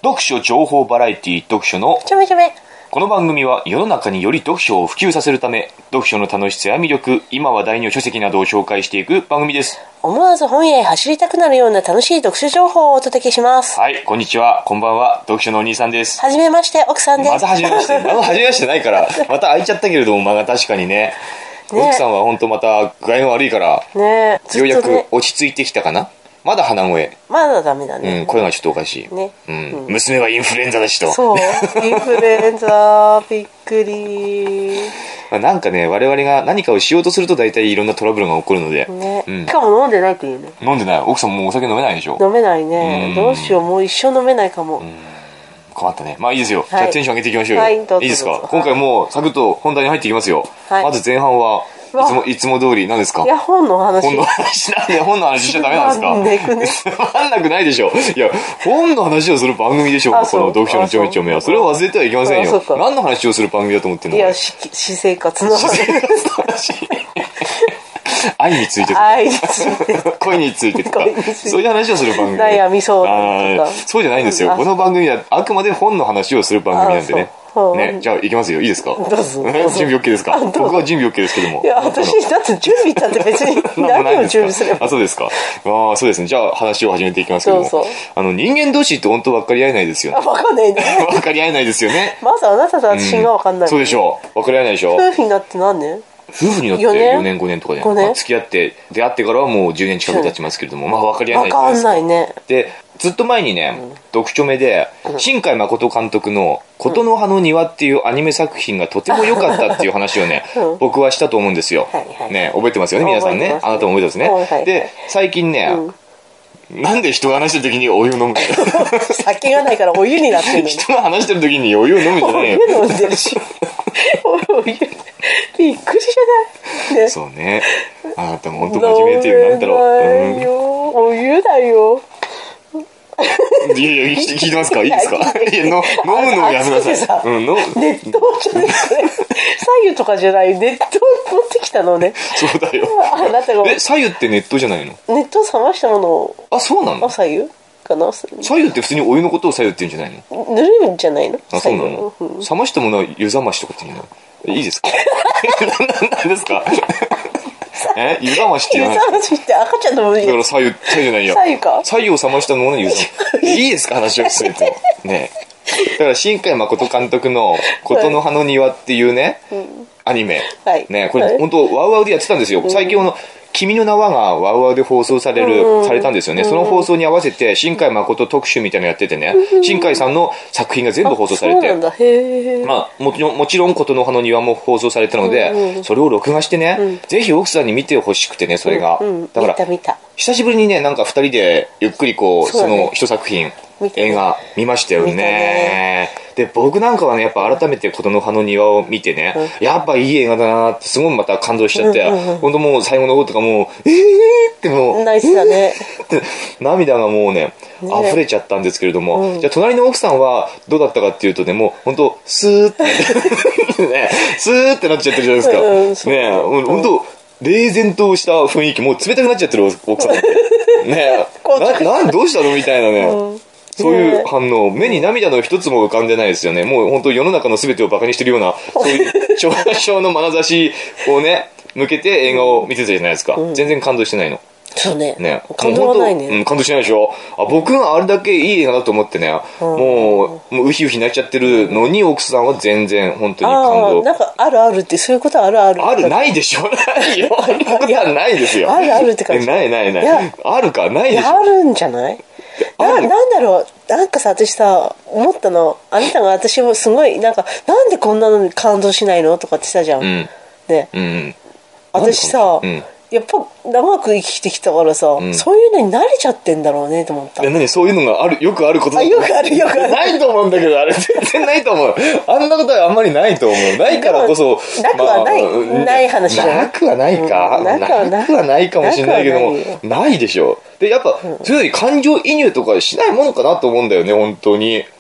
読書情報バラエティ読書のちょめちょめ。 この番組は世の中により読書を普及させるため、読書の楽しさや魅力、今話題の書籍などを紹介していく番組です。 思わず本屋へ走りたくなるような楽しい読書情報をお届けします。 はい、こんにちは、こんばんは、読書のお兄さんです。 はじめまして、奥さんです。 またはじめまして。まだはじめましてないから、また開いちゃったけれども、まあ確かにね。奥さんは本当また具合の悪いから、 ね、 ようやく落ち着いてきたかな。まだ鼻声。 まだダメだね。 声がちょっとおかしい。 ね。 娘はインフルエンザだしと。 そう。インフルエンザ、びっくり。 なんかね、我々が何かをしようとすると大体いろんなトラブルが起こるので。 ね。しかも飲んでないっていうね。 飲んでない。奥さんもうお酒飲めないでしょ。 飲めないね。どうしよう、もう一生飲めないかも。 困ったね。まあいいですよ。じゃあテンション上げていきましょうよ。 はい、どうぞ。 いいですか。今回もうサクッと本題に入っていきますよ。まず前半は、いつも通り何ですか。 いや、本の話。 本の話なんで本の話しちゃダメなんですか。つまんなくないでしょ。いや、本の話をする番組でしょう。この読書のちょめちょめは。それを忘れてはいけませんよ。何の話をする番組だと思ってんの。 いや、私生活の話。 愛についてとか恋についてとかそういう話をする番組。 悩み相談とか。 そうじゃないんですよ。この番組はあくまで本の話をする番組なんでね。ね、じゃあ行きますよ。いいですか。 どうぞ。 準備 OK ですか。僕は準備 OK ですけども。 いや、私だって準備だって別に何を準備すれば。 あ、そうですか。ああ、そうですね。じゃあ話を始めていきますけども。人間同士って本当分かり合えないですよね。 分かんないね。 分かり合えないですよね。 まずあなたと私が分かんない。 そうでしょう。分かり合えないでしょ。 夫婦になって何年？ 夫婦になって4年5年とかで、付き合って出会ってからはもう10年近く経ちますけれども、まあ分かり合えないじゃないですか。 分かんないね。 でずっと前にね、読書目で新海誠監督の「琴の葉の庭」っていうアニメ作品がとても良かったっていう話をね僕はしたと思うんですよ。ね、覚えてますよね皆さんね。あなたも覚えてますね。で最近ね、なんで人が話してる時にお湯を飲むんだよ。 酒がないからお湯になってるのに。 人が話してる時にお湯を飲むんじゃないよ。 お湯飲んでるし。お湯びっくりじゃない。 そうね。あなたも本当真面目っていうなんだろう。 お湯だよ。 いやいや聞いてますか。いいですか。いや飲むのをやめなさい。 熱湯じゃない。左右とかじゃない。熱湯持ってきたのね。 そうだよ。 あなたが。 左右って熱湯じゃないの。 熱湯冷ましたものを。 あ、そうなの。 左右かな。 左右って普通にお湯のことを左右って言うんじゃないの。 ぬるいんじゃないの。 あ、そうなの。冷ましたものは湯冷ましとかって言うの。いいですか。何ですか。湯冷ましって言わない。 湯冷ましって赤ちゃんのもいい。 だから左右じゃないや。 左右か。 左右を冷ましたものの湯冷まし。いいですか話を進めて。ね。だから新海誠監督の琴の葉の庭っていうね、アニメ。ね、これ本当ワウワウでやってたんですよ。最近君の名はがワウワウで放送されたんですよね。その放送に合わせて新海誠特集みたいなのやっててね、新海さんの作品が全部放送されて、まあもちろん琴の葉の庭も放送されたので、それを録画してね、ぜひ奥さんに見てほしくてね、それが。だから久しぶりにね、なんか2人でゆっくりその一作品映画見ましたよね。で僕なんかはねやっぱ改めて琴の葉の庭を見てね、やっぱいい映画だなってすごいまた感動しちゃって、本当もう最後の方とかもうってもうナイスだね。 涙がもうね溢れちゃったんですけれども、じゃあ隣の奥さんはどうだったかっていうとね、もう本当スーってねスーってなっちゃってるじゃないですか。ね本当冷然とした雰囲気、もう冷たくなっちゃってる奥さんってねどうしたのみたいなね。そういう反応、目に涙の一つも浮かんでないですよね。もう本当世の中の全てをバカにしてるような、そういう少々の眼差しをね、向けて映画を見てたじゃないですか。全然感動してないの。 そうね。感動はないね。 感動してないでしょ。僕があれだけいい映画だと思ってね、もうウヒウヒなっちゃってるのに奥さんは全然本当に感動。 なんかあるあるってそういうことあるある。 ないでしょ。ないよ。そんなことはないですよ。 あるあるって感じ。 ない。あるかないでしょ。 あるんじゃない？なんだろう、なんかさ、私さ思ったの、あなたが私もすごいなんでこんなのに感動しないのとかって言ったじゃん。ね、私さ、やっぱ長く生きてきたからさ、そういうのに慣れちゃってんだろうねと思った。 何そういうのがよくあることだ。 よくあるないと思うんだけど、あれ全然ないと思う。あんなことはあんまりないと思う。ないからこそなくはない話じゃない。 なくはないか、なくはないかもしれないけども、ないでしょ。でやっぱそういうのに感情移入とかしないものかなと思うんだよね本当に。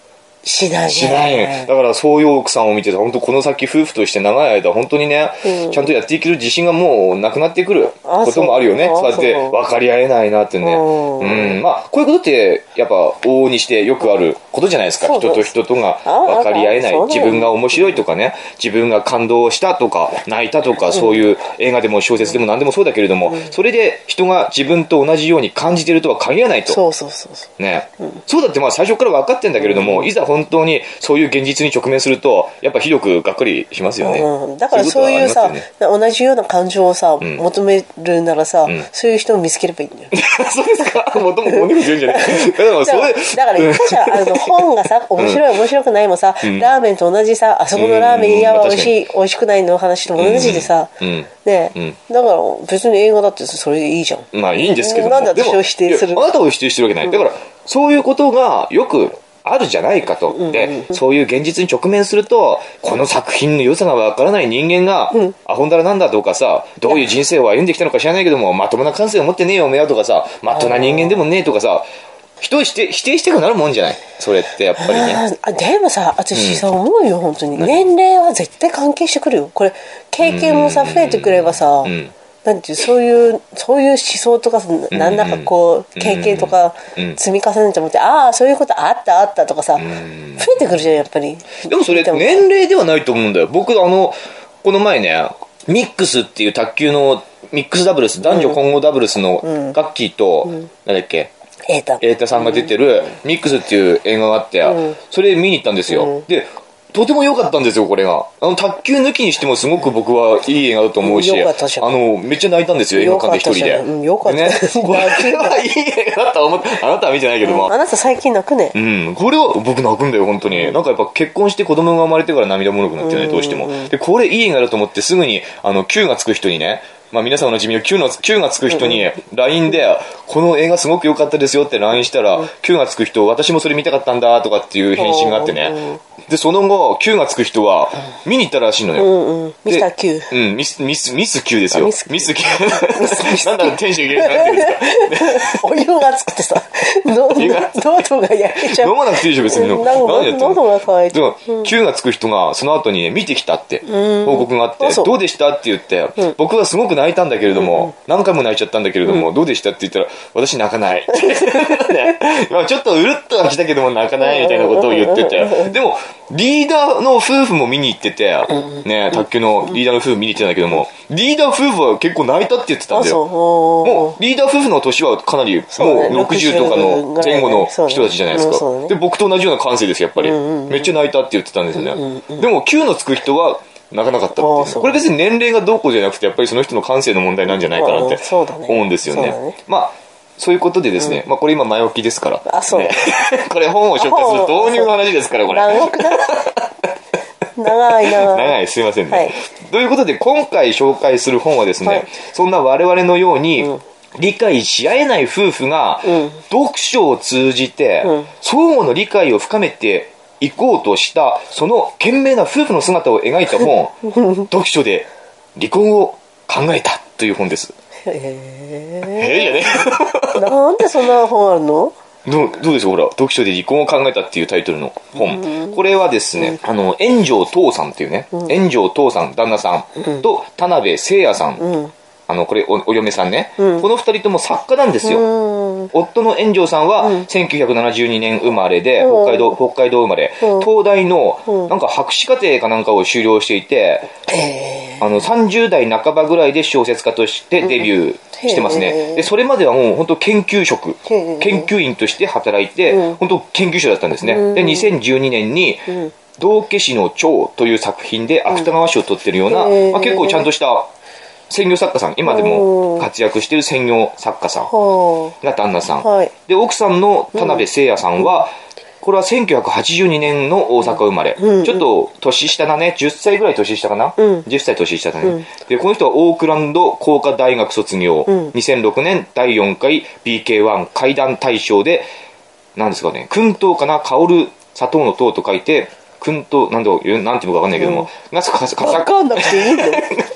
しないね。 しない。だからそういう奥さんを見てた本当この先夫婦として長い間本当にね、ちゃんとやっていける自信がもうなくなってくることもあるよね。そうやって分かり合えないなってね。まあこういうことってやっぱ往々にしてよくあることじゃないですか。人と人とが分かり合えない。自分が面白いとかね、自分が感動したとか泣いたとか、そういう映画でも小説でも何でもそうだけれども、それで人が自分と同じように感じてるとは限らないと。 そうね、そうだってまあ最初から分かってんだけれども、いざ本当にそういう現実に直面するとやっぱひどくがっかりしますよね。 だからそういうさ、同じような感情をさ、求めるならさ、そういう人を見つければいいんだよ。 そうですか。もともとも強いんじゃない。 だから言ったじゃん、本がさ、面白い面白くないもさ、ラーメンと同じさ、あそこのラーメン屋は美味しくないの話と同じでさ、ね、だから別に映画だってそれでいいじゃん。 まあいいんですけども、 なんで私を否定する。 あなたを否定してるわけない。だからそういうことがよくあるじゃないかと。で、そういう現実に直面すると、この作品の良さがわからない人間が、アホンダラなんだとかさ、どういう人生を歩んできたのか知らないけども、まともな感性を持ってねえよ、おめえよとかさ、まっとうな人間でもねえとかさ、人を否定してくなるもんじゃない。それってやっぱりね。 でもさ、私さ、思うよ、本当に。年齢は絶対関係してくるよ。これ、経験もさ、増えてくればさ、なんていうそういう思想とかなんだかこう経験とか積み重ねてもって、ああそういうことあったとかさ、増えてくるじゃんやっぱり。 でもそれ年齢ではないと思うんだよ。僕この前ね、ミックスっていう卓球のミックスダブルス、男女混合ダブルスのガッキーと、なんだっけ、瑛太さんが出てるミックスっていう映画があって、それ見に行ったんですよ。でとても良かったんですよ、これが。卓球抜きにしてもすごく僕はいい映画だと思うし、めっちゃ泣いたんですよ、映画館で一人で。 よかったね。 これはいい映画だと思って、あなたは見てないけども。 あなた最近泣くね。 これは僕泣くんだよ、本当に。なんかやっぱ結婚して子供が生まれてから涙もろくなってね、どうしても。で、これいい映画だと思ってすぐに、Q がつく人にね、まあ皆さんおなじみの Q がつく人に LINE で、この映画すごく良かったですよって LINE したら、Q がつく人、私もそれ見たかったんだとかっていう返信があってね。で、その後、Q がつく人は、見に行ったらしいのよ。 ミスター Q。 ミス Q ですよ。ミス Q。なんだろう、テンション入れなくなってるんですか。 お湯が熱くてさ、喉が焼けちゃう。 飲まなくていいでしょ、別に。 喉が渇いて。 Q がつく人が、その後にね、見てきたって報告があって、どうでしたって言って、僕はすごく泣いたんだけれども、何回も泣いちゃったんだけれども、どうでしたって言ったら、私泣かない。ちょっとうるっとは来たけども泣かないみたいなことを言ってて。でも、リーダーの夫婦も見に行ってて、ね、卓球のリーダーの夫婦見に行ってたんだけども、リーダー夫婦は結構泣いたって言ってたんだよ。もう、リーダー夫婦の年はかなり、もう60とかの前後の人たちじゃないですか。で、僕と同じような感性です、やっぱり。めっちゃ泣いたって言ってたんですよね。でも、Q のつく人は、泣かなかったっていう。これ別に年齢がどうこうじゃなくて、やっぱりその人の感性の問題なんじゃないかなって思うんですよね。まあ、そういうことでですね、まあこれ今前置きですから。これ本を紹介する導入の話ですから、これ。長い、すいませんね。ということで、今回紹介する本はですね、そんな我々のように、理解し合えない夫婦が、読書を通じて、相互の理解を深めていこうとした、その懸命な夫婦の姿を描いた本、読書で離婚を考えたという本です。じゃね。 なんでそんな本あるの？ どうでしょう、ほら、読書で離婚を考えたっていうタイトルの本。これはですね、炎上父さんっていうね、炎上父さん、旦那さんと田辺誠也さん。これお嫁さんね、この二人とも作家なんですよ。夫の炎上さんは1972年生まれで、北海道生まれ、東大のなんか博士課程かなんかを修了していて、30代半ばぐらいで小説家としてデビューしてますね。でそれまではもう本当研究員として働いて、本当研究者だったんですね。で2012年に道化師の長という作品で芥川賞を取ってるような、結構ちゃんとした専業作家さん、今でも活躍している専業作家さんが旦那さん、で奥さんの田辺誠也さんは、これは1982年の大阪生まれ、ちょっと年下だね、10歳ぐらい年下かな、10歳年下だね、でこの人はオークランド工科大学卒業、2006年第4回 BK1 怪談大賞で、何ですかね、薫陶かな、香る砂糖の糖と書いて、薫陶、なんていうのか分かんないけども、 分かんなくていいの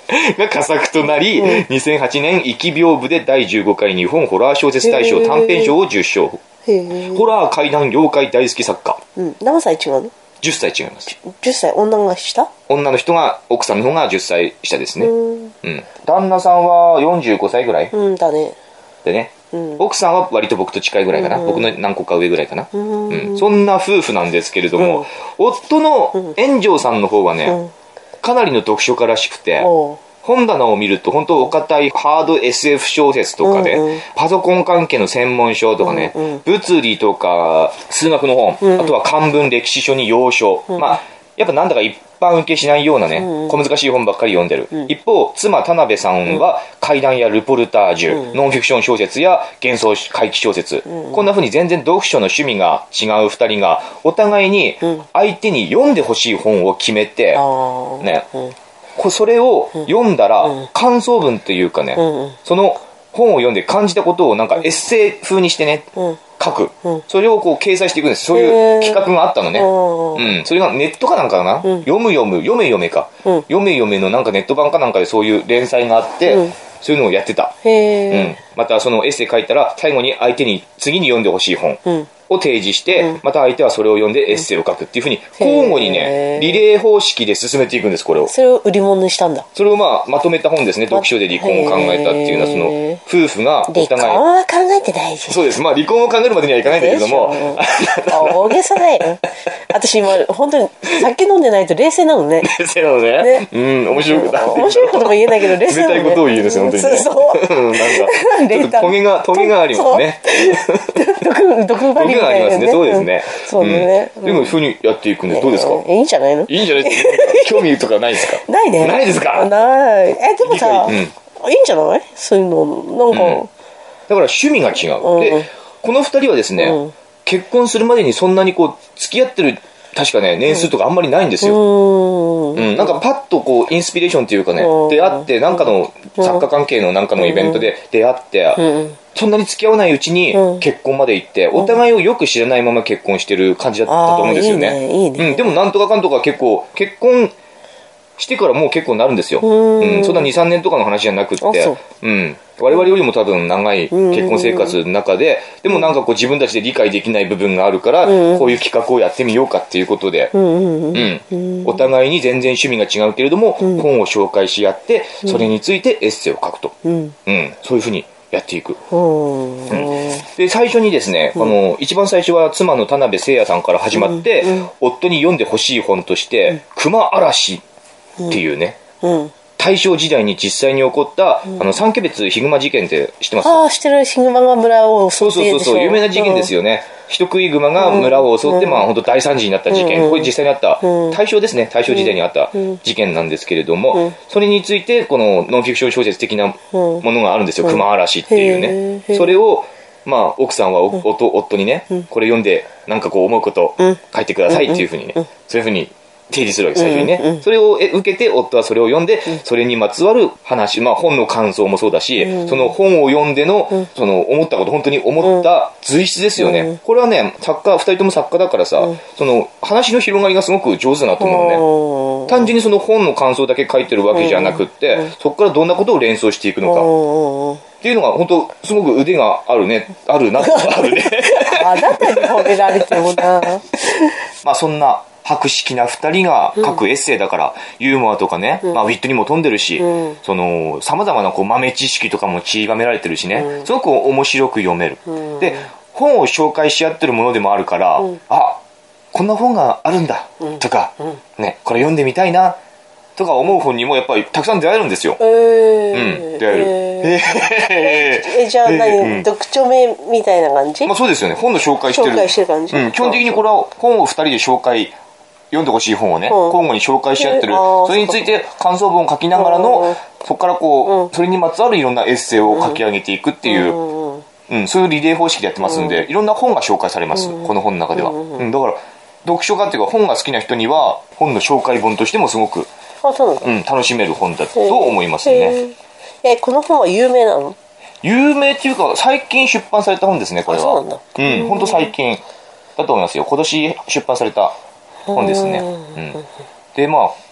が佳作となり、2008年疫病部で第15回日本ホラー小説大賞短編賞を受賞。ホラー、怪談、妖怪大好き作家。 何歳違うの ？10歳違います。 10歳、女が下？ 女の人が、奥さんの方が10歳下ですね。旦那さんは45歳ぐらいだね。 でね。奥さんは割と僕と近いぐらいかな。僕の何個か上ぐらいかな。そんな夫婦なんですけれども、夫の炎上さんの方はね、かなりの読書家らしくて、本棚を見ると本当お堅いハード SF 小説とかで、パソコン関係の専門書とかね、物理とか数学の本、あとは漢文歴史書に洋書、まあやっぱなんだか一般受けしないようなね、小難しい本ばっかり読んでる。一方、妻田辺さんは怪談やルポルタージュ、ノンフィクション小説や幻想怪奇小説、こんな風に全然読書の趣味が違う二人がお互いに相手に読んでほしい本を決めて、ね、それを読んだら感想文というかね、その本を読んで感じたことをなんかエッセイ風にしてね、書く、それをこう掲載していくんです。そういう企画があったのね。それがネットかなんかな、読めか、読めのなんかネット版かなんかでそういう連載があって、そういうのをやってた。またそのエッセイ書いたら最後に相手に次に読んでほしい本を提示して、また相手はそれを読んでエッセイを書くっていうふうに交互にね、リレー方式で進めていくんです。これをそれを売り物にしたんだ。 それをまとめた本ですね。読書で離婚を考えたっていうのは、その夫婦がお互い離婚は考えてないし。 そうです。離婚を考えるまでにはいかないんだけども、 大げさだよ。私今本当に酒飲んでないと冷静なのね。 冷静なのね。面白いことも言えないけど冷静なのね。 冷たいことを言うんですよ本当にね。そうなんかちょっとトゲがありますね。 毒針がありますね。そうですね。 そうね。 でもそういう風にやっていくんでどうですか？ いいんじゃないの？ いいんじゃないですか？興味とかないですか？ ないね。 ないですか？ ない。でもさ、いいんじゃない？そういうのなんかだから趣味が違う。でこの二人はですね、結婚するまでにそんなにこう付き合ってる確かね年数とかあんまりないんですよ。なんかパッとこうインスピレーションというかね、出会ってなんかの作家関係のなんかのイベントで出会って、そんなに付き合わないうちに結婚まで行って、お互いをよく知らないまま結婚してる感じだったと思うんですよね。 いいね。 でもなんとかかんとか結構結婚してからもう結構なるんですよ。そんな 2,3 年とかの話じゃなくって、我々よりも多分長い結婚生活の中で、でもなんかこう自分たちで理解できない部分があるから、こういう企画をやってみようかっていうことで、お互いに全然趣味が違うけれども、本を紹介し合って、それについてエッセイを書くと。そういうふうにやっていく。で、最初にですね、一番最初は妻の田辺誠也さんから始まって、夫に読んでほしい本として、熊嵐っていうね、大正時代に実際に起こった、三毛別ヒグマ事件って知ってます？ 知ってる。ヒグマが村を襲って。 そう、有名な事件ですよね。人食いグマが村を襲って、本当大惨事になった事件。これ実際にあった、大正ですね。大正時代にあった事件なんですけれども、それについて、このノンフィクション小説的なものがあるんですよ。熊嵐っていうね。それを、奥さんは夫にね、これ読んで、なんかこう思うこと書いてくださいっていうふうにね、そういうふうに提示するわけ最初にね、それを受けて夫はそれを読んで、それにまつわる話、本の感想もそうだし、その本を読んでの、その思ったこと、本当に思った随筆ですよね。これはね、二人とも作家だからさ、その話の広がりがすごく上手だなと思うね。単純にその本の感想だけ書いてるわけじゃなくって、そこからどんなことを連想していくのかっていうのが本当すごく腕があるなあるね。 あなたに褒められてもな。 そんな博識な二人が書くエッセイだから、ユーモアとかね、ウィットにも富んでるし、その様々なこう豆知識とかも散りばめられてるしね、すごく面白く読める。で、本を紹介し合ってるものでもあるから、こんな本があるんだとか、ね、これ読んでみたいなとか思う本にもやっぱりたくさん出会えるんですよ。出会える。じゃあ読書名みたいな感じ？ そうですよね。本の紹介してる。 紹介してる感じ。 基本的にこれは本を二人で紹介、読んでほしい本をね、交互に紹介し合ってる。それについて感想文を書きながらの、そこからこう、それにまつわるいろんなエッセイを書き上げていくっていう、そういうリレー方式でやってますんで、いろんな本が紹介されます。この本の中では。だから、読書家っていうか本が好きな人には、本の紹介本としてもすごく、楽しめる本だと思いますね。 この本は有名なの？ 有名っていうか、最近出版された本ですね、これは。 そうなんだ。 本当最近だと思いますよ。今年出版された本ですね。で、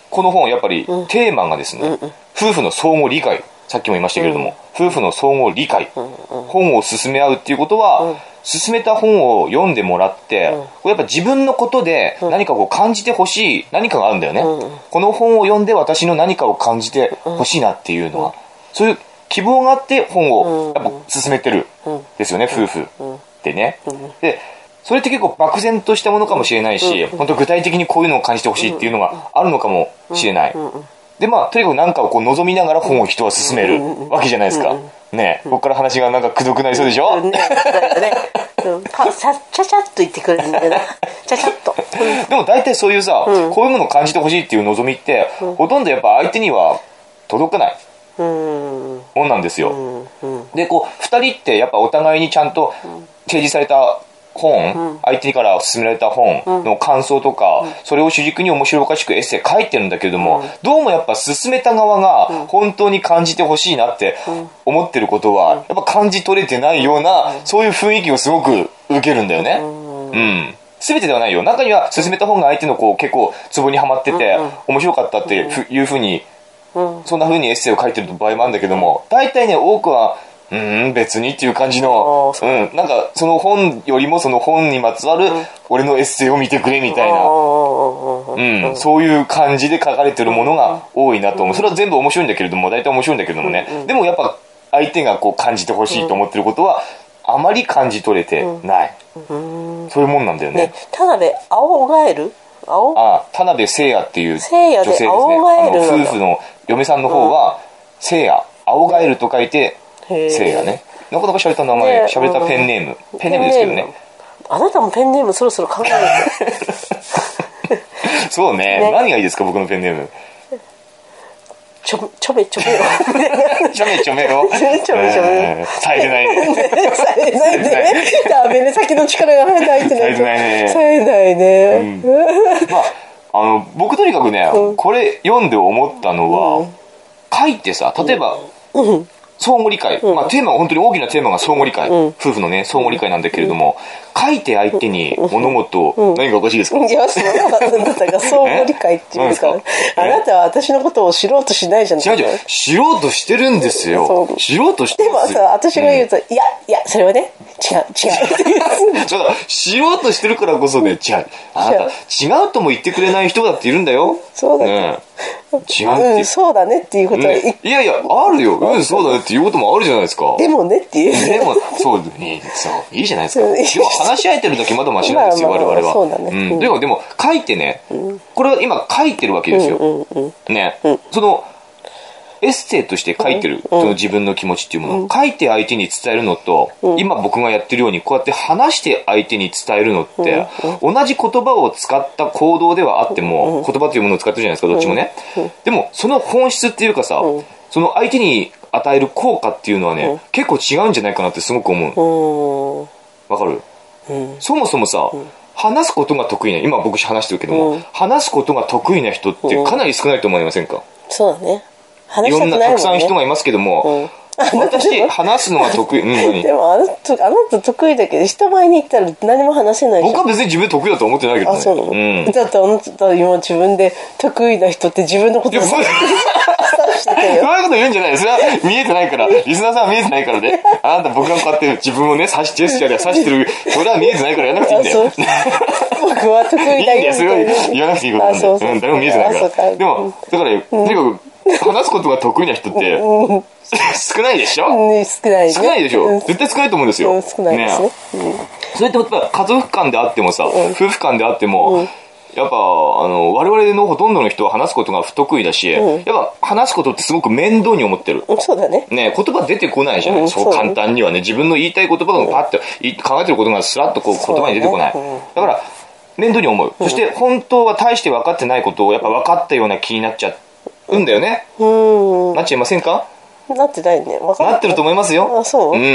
この本やっぱりテーマがですね、夫婦の相互理解、さっきも言いましたけれども、夫婦の相互理解、本を進め合うっていうことは、進めた本を読んでもらって、これやっぱ自分のことで何かこう感じてほしい何かがあるんだよね、この本を読んで私の何かを感じてほしいなっていうのは、そういう希望があって本をやっぱ進めてるですよね、夫婦ってね。でそれって結構漠然としたものかもしれないし、本当具体的にこういうのを感じてほしいっていうのがあるのかもしれない。でとにかく何かをこう望みながら本を人は進めるわけじゃないですか。ね、ここから話がなんかくどくなりそうでしょ。ね、 ちゃちゃっと言ってくれるんだけど、ちゃちゃっと。 でも大体そういうさ、こういうものを感じてほしいっていう望みって、ほとんどやっぱ相手には届かないもんなんですよ。でこう2人ってやっぱお互いにちゃんと提示された本、相手から勧められた本の感想とか、それを主軸に面白おかしくエッセイ書いてるんだけれども、どうもやっぱ勧めた側が本当に感じてほしいなって思ってることはやっぱ感じ取れてないような、そういう雰囲気をすごく受けるんだよね。全てではないよ。中には勧めた本が相手のこう結構ツボにはまってて面白かったっていうふうに、そんな風にエッセイを書いてる場合もあるんだけども、大体ね多くは別にっていう感じの、なんかその本よりもその本にまつわる俺のエッセイを見てくれみたいな、そういう感じで書かれてるものが多いなと思う。それは全部面白いんだけれども、大体面白いんだけどもね、でもやっぱ相手がこう感じてほしいと思ってることはあまり感じ取れてない、そういうもんなんだよね。 田辺青ガエル、 田辺聖也っていう女性ですね。夫婦の嫁さんの方は聖也、青ガエルと書いて聖也ね。なかなかしゃれた名前、しゃれたペンネームですけどね。 あなたもペンネームそろそろ考えてそうね。何がいいですか、僕のペンネーム。 ちょめちょめよ。 ちょめちょめよ。さえてないね。 さえてないね。ダメね、先の力が入ってないね。 さえてないね。 さえないね。 僕とにかくね、これ読んで思ったのは、書いてさ、例えば、相互理解、テーマは本当に大きなテーマが相互理解、夫婦のね相互理解なんだけれども、書いて相手に物事を、何がおかしいですか。 いや、そうなんだから相互理解っていうか、あなたは私のことを知ろうとしないじゃん。 違う知ろうとしてるんですよ。知ろうとしてるんですよ。 でもさ、私が言うと、いやそれはね違う知ろうとしてるからこそね、違う、あなた違うとも言ってくれない人だっているんだよ。 そうだね、 違うって、 そうだねっていうことは、いやあるよ、そうだねっていうこともあるじゃないですか。 でもねっていう、 でもそういいじゃないですか。でも話し合えてるだけまだマシなんですよ、我々は。 そうだね。 でも書いてね、これは今書いてるわけですよ。ね、そのエッセイとして書いてる、その自分の気持ちっていうものを書いて相手に伝えるのと、今僕がやってるようにこうやって話して相手に伝えるのって、同じ言葉を使った行動ではあっても、言葉というものを使ってるじゃないですか、どっちもね。でもその本質っていうかさ、その相手に与える効果っていうのはね、結構違うんじゃないかなってすごく思う。わかる？そもそもさ、話すことが得意な、今僕話してるけども、話すことが得意な人ってかなり少ないと思いませんか？ そうだね。 いろんなたくさん人がいますけども、私話すのが得意。 でもあなた得意だけど、人前に行ったら何も話せないじゃん。 僕は別に自分得意だと思ってないけどね。 そうなの？だってあなた今自分で得意な人って自分のことをそういうこと言うんじゃない。それは見えてないから、リスナーさんは見えてないからね。あなた僕がこうやって自分をね、ジェスチャーで指してる、それは見えてないからやらなくていいんだよ。 僕は得意だよ。 いいんだよ、それは言わなくていいことなんだよ。誰も見えてないから。でも、だから、とにかく、話すことが得意な人って少ないでしょ。 少ないね。 少ないでしょ。絶対少ないと思うんですよ。 少ないですね。 それって家族間であってもさ、夫婦間であっても、やっぱ我々のほとんどの人は話すことが不得意だし、やっぱ話すことってすごく面倒に思ってる。 そうだね。 ね、言葉出てこないじゃない。そう簡単にはね、自分の言いたい言葉がパッと考えてることがスラッとこう言葉に出てこない。だから面倒に思う。そして本当は大して分かってないことをやっぱ分かったような気になっちゃうんだよね。なっちゃいませんか？ なってないね。 なってると思いますよ。 あ、そう？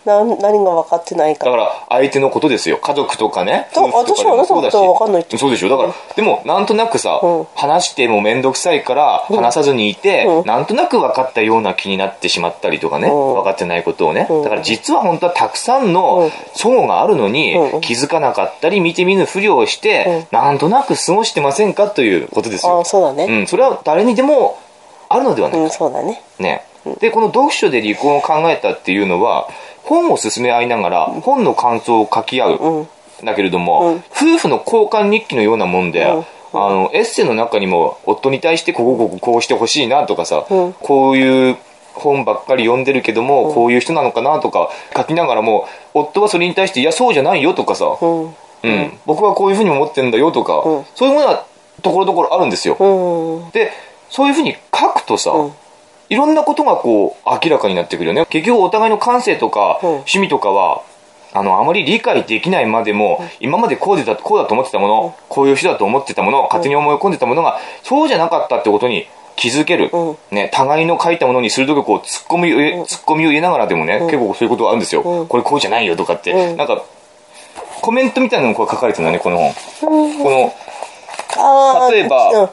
何が分かってないか。 だから相手のことですよ。家族とかね。 私はあなたのことは分かんないって。 そうでしょ。だから、でもなんとなくさ、話してもめんどくさいから話さずにいて、なんとなく分かったような気になってしまったりとかね、分かってないことをね。だから実は本当はたくさんの齟齬があるのに、気づかなかったり見て見ぬふりをして、なんとなく過ごしてませんかということですよ。 そうだね。 それは誰にでもあるのではないか。 そうだね。 ね。で、この読書で離婚を考えたっていうのは、本を進め合いながら本の感想を書き合う。だけれども、夫婦の交換日記のようなもんで、エッセイの中にも夫に対してこうしてほしいなとかさ、こういう本ばっかり読んでるけども、こういう人なのかなとか書きながらも、夫はそれに対していやそうじゃないよとかさ、僕はこういうふうに思ってんだよとか、そういうものはところどころあるんですよ。で、そういうふうに書くとさ、いろんなことがこう明らかになってくるよね。結局お互いの感性とか趣味とかはあまり理解できないまでも、今までこうだと思ってたもの、こういう人だと思ってたもの、勝手に思い込んでたものがそうじゃなかったってことに気づける、ね、互いの書いたものに鋭くこうツッコミを入れながらでもね、結構そういうことがあるんですよ。これこうじゃないよとかって、なんかコメントみたいなのが書かれてるんだね、この本。この例えば、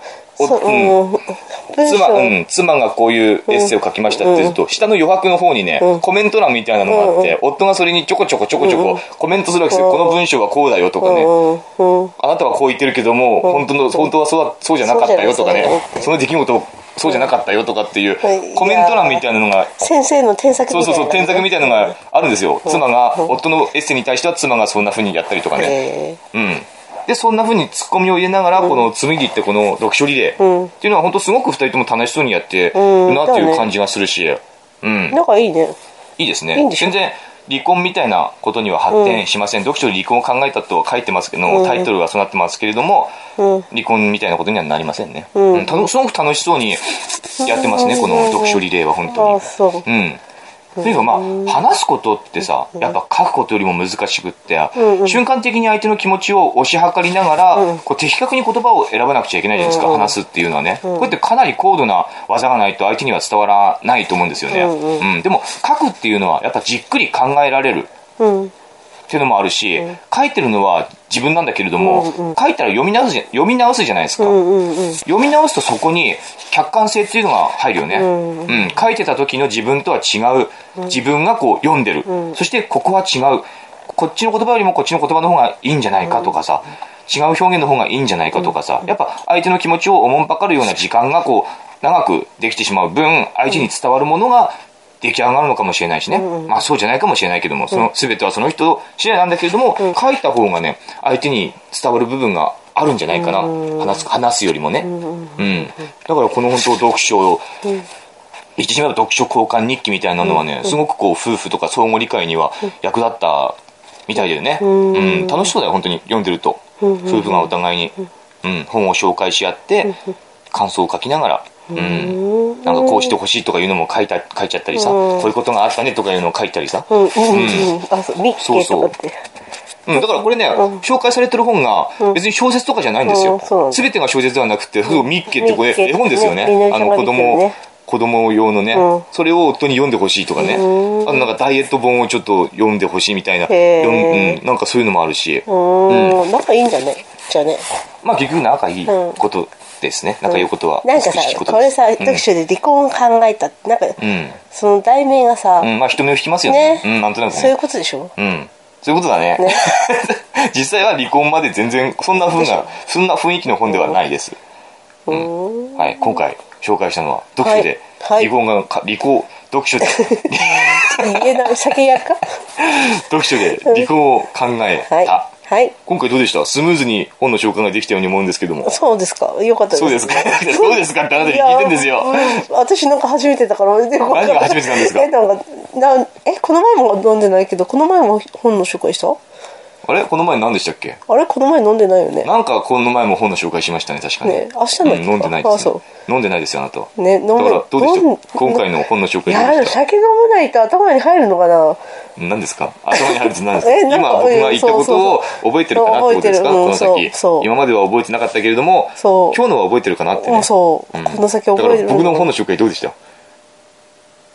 妻がこういうエッセイを書きましたって言うと、下の余白の方にね、コメント欄みたいなのがあって、夫がそれにちょこちょこコメントするわけですよ。この文章はこうだよとかね、あなたはこう言ってるけども本当はそうじゃなかったよとかね、その出来事そうじゃなかったよとかっていうコメント欄みたいなのが、 先生の添削みたいな、 添削みたいなのがあるんですよ。妻が夫のエッセイに対しては妻がそんな風にやったりとかね、でそんな風にツッコミを入れながら、この紡ぎってこの読書リレーっていうのは本当すごく2人とも楽しそうにやってるなっていう感じがするし、 仲いいね。 いいですね。全然離婚みたいなことには発展しません。読書で離婚を考えたと書いてますけど、タイトルがそうなってますけれども、離婚みたいなことにはなりませんね。すごく楽しそうにやってますね、この読書リレーは本当に。とにかく話すことってさ、やっぱ書くことよりも難しくって、瞬間的に相手の気持ちを推し量りながら、こう的確に言葉を選ばなくちゃいけないじゃないですか、話すっていうのはね。こうやってかなり高度な技がないと相手には伝わらないと思うんですよね。でも書くっていうのはやっぱじっくり考えられる。っていうのもあるし、書いてるのは自分なんだけれども、書いたら読み直すじゃないですか。読み直すとそこに客観性っていうのが入るよね。書いてた時の自分とは違う自分がこう読んでる。そしてここは違う。こっちの言葉よりもこっちの言葉の方がいいんじゃないかとかさ、違う表現の方がいいんじゃないかとかさ、やっぱ相手の気持ちをおもんぱかるような時間がこう長くできてしまう分、相手に伝わるものが出来上がるのかもしれないしね、まあそうじゃないかもしれないけども、その全てはその人次第なんだけれども、書いた方がね相手に伝わる部分があるんじゃないかな、話すよりもね。だからこの本当読書を言ってしまえば読書交換日記みたいなのはね、すごくこう夫婦とか相互理解には役立ったみたいだよね。楽しそうだよ本当に読んでると。夫婦がお互いに、本を紹介し合って感想を書きながら、なんかこうしてほしいとかいうのも書いちゃったりさ、こういうことがあったねとかいうのを書いたりさ、そうそう。だからこれね、紹介されてる本が別に小説とかじゃないんですよ。全てが小説ではなくて、ミッケってこれ絵本ですよね。子供用のね、それを夫に読んでほしいとかね、なんかダイエット本をちょっと読んでほしいみたいな、なんかそういうのもあるし、 仲いいんじゃね、じゃあね。 まあ結局仲いいことですね。仲良いことはなんかさ、これさ、読書で離婚を考えた、なんかその題名がさ、 まあ人目を引きますよね。なんとなくね。 そういうことでしょ。 そういうことだね。実際は離婚まで全然そんな雰囲気の本ではないです。はい、今回紹介したのは読書で読書で酒やか読書で離婚を考えた。今回どうでした？スムーズに本の紹介ができたように思うんですけども。 そうですか。よかったです。 そうですか。そうですかってあなたに聞いてんですよ。 私なんか初めてだから。 何が初めてなんですか？ この前も飲んでないけど、この前も本の紹介した？ あれこの前何でしたっけ？ あれこの前飲んでないよね。 なんかこの前も本の紹介しましたね、確かに。 明日の飲んでないですよ。飲んでないですよ、あなた。 ね、 だからどうでした今回の本の紹介どうでした？ 酒飲まないと頭に入るのかな。 何ですか？頭に入るって何ですか？今僕が言ったことを覚えてるかなってことですか？この先。今までは覚えてなかったけれども、今日のは覚えてるかなってね。 そう。この先覚えてる。 だから僕の本の紹介どうでした？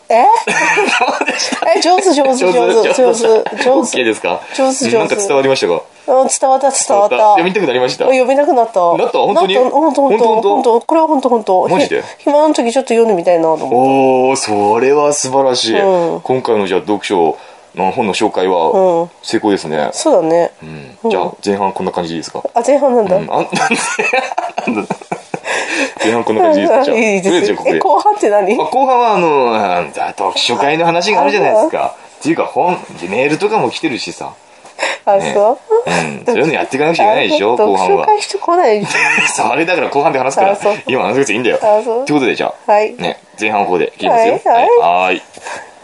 上手。 OK ですか？ 上手。 なんか伝わりましたか？ 伝わった。 読みたくなりました？ 読みたくなった。 本当に？ 本当。これは本当。 マジで？ 暇の時ちょっと読んでみたいなと思った。 おー、それは素晴らしい。今回のじゃあ読書の本の紹介は成功ですね。 そうだね。 じゃあ前半こんな感じでいいですか？ 前半なんだ。 前半こんな感じですか？じゃあいいですよ。後半って何？ 後半は読書会の話があるじゃないですか。っていうかメールとかも来てるしさ。 そう？ そういうのやっていかなくちゃいけないでしょ、後半は。 読書会してこないでしょ。 それだから後半で話すから、今話すやついいんだよ。ということでじゃあ、前半の方で切りますよ。はい。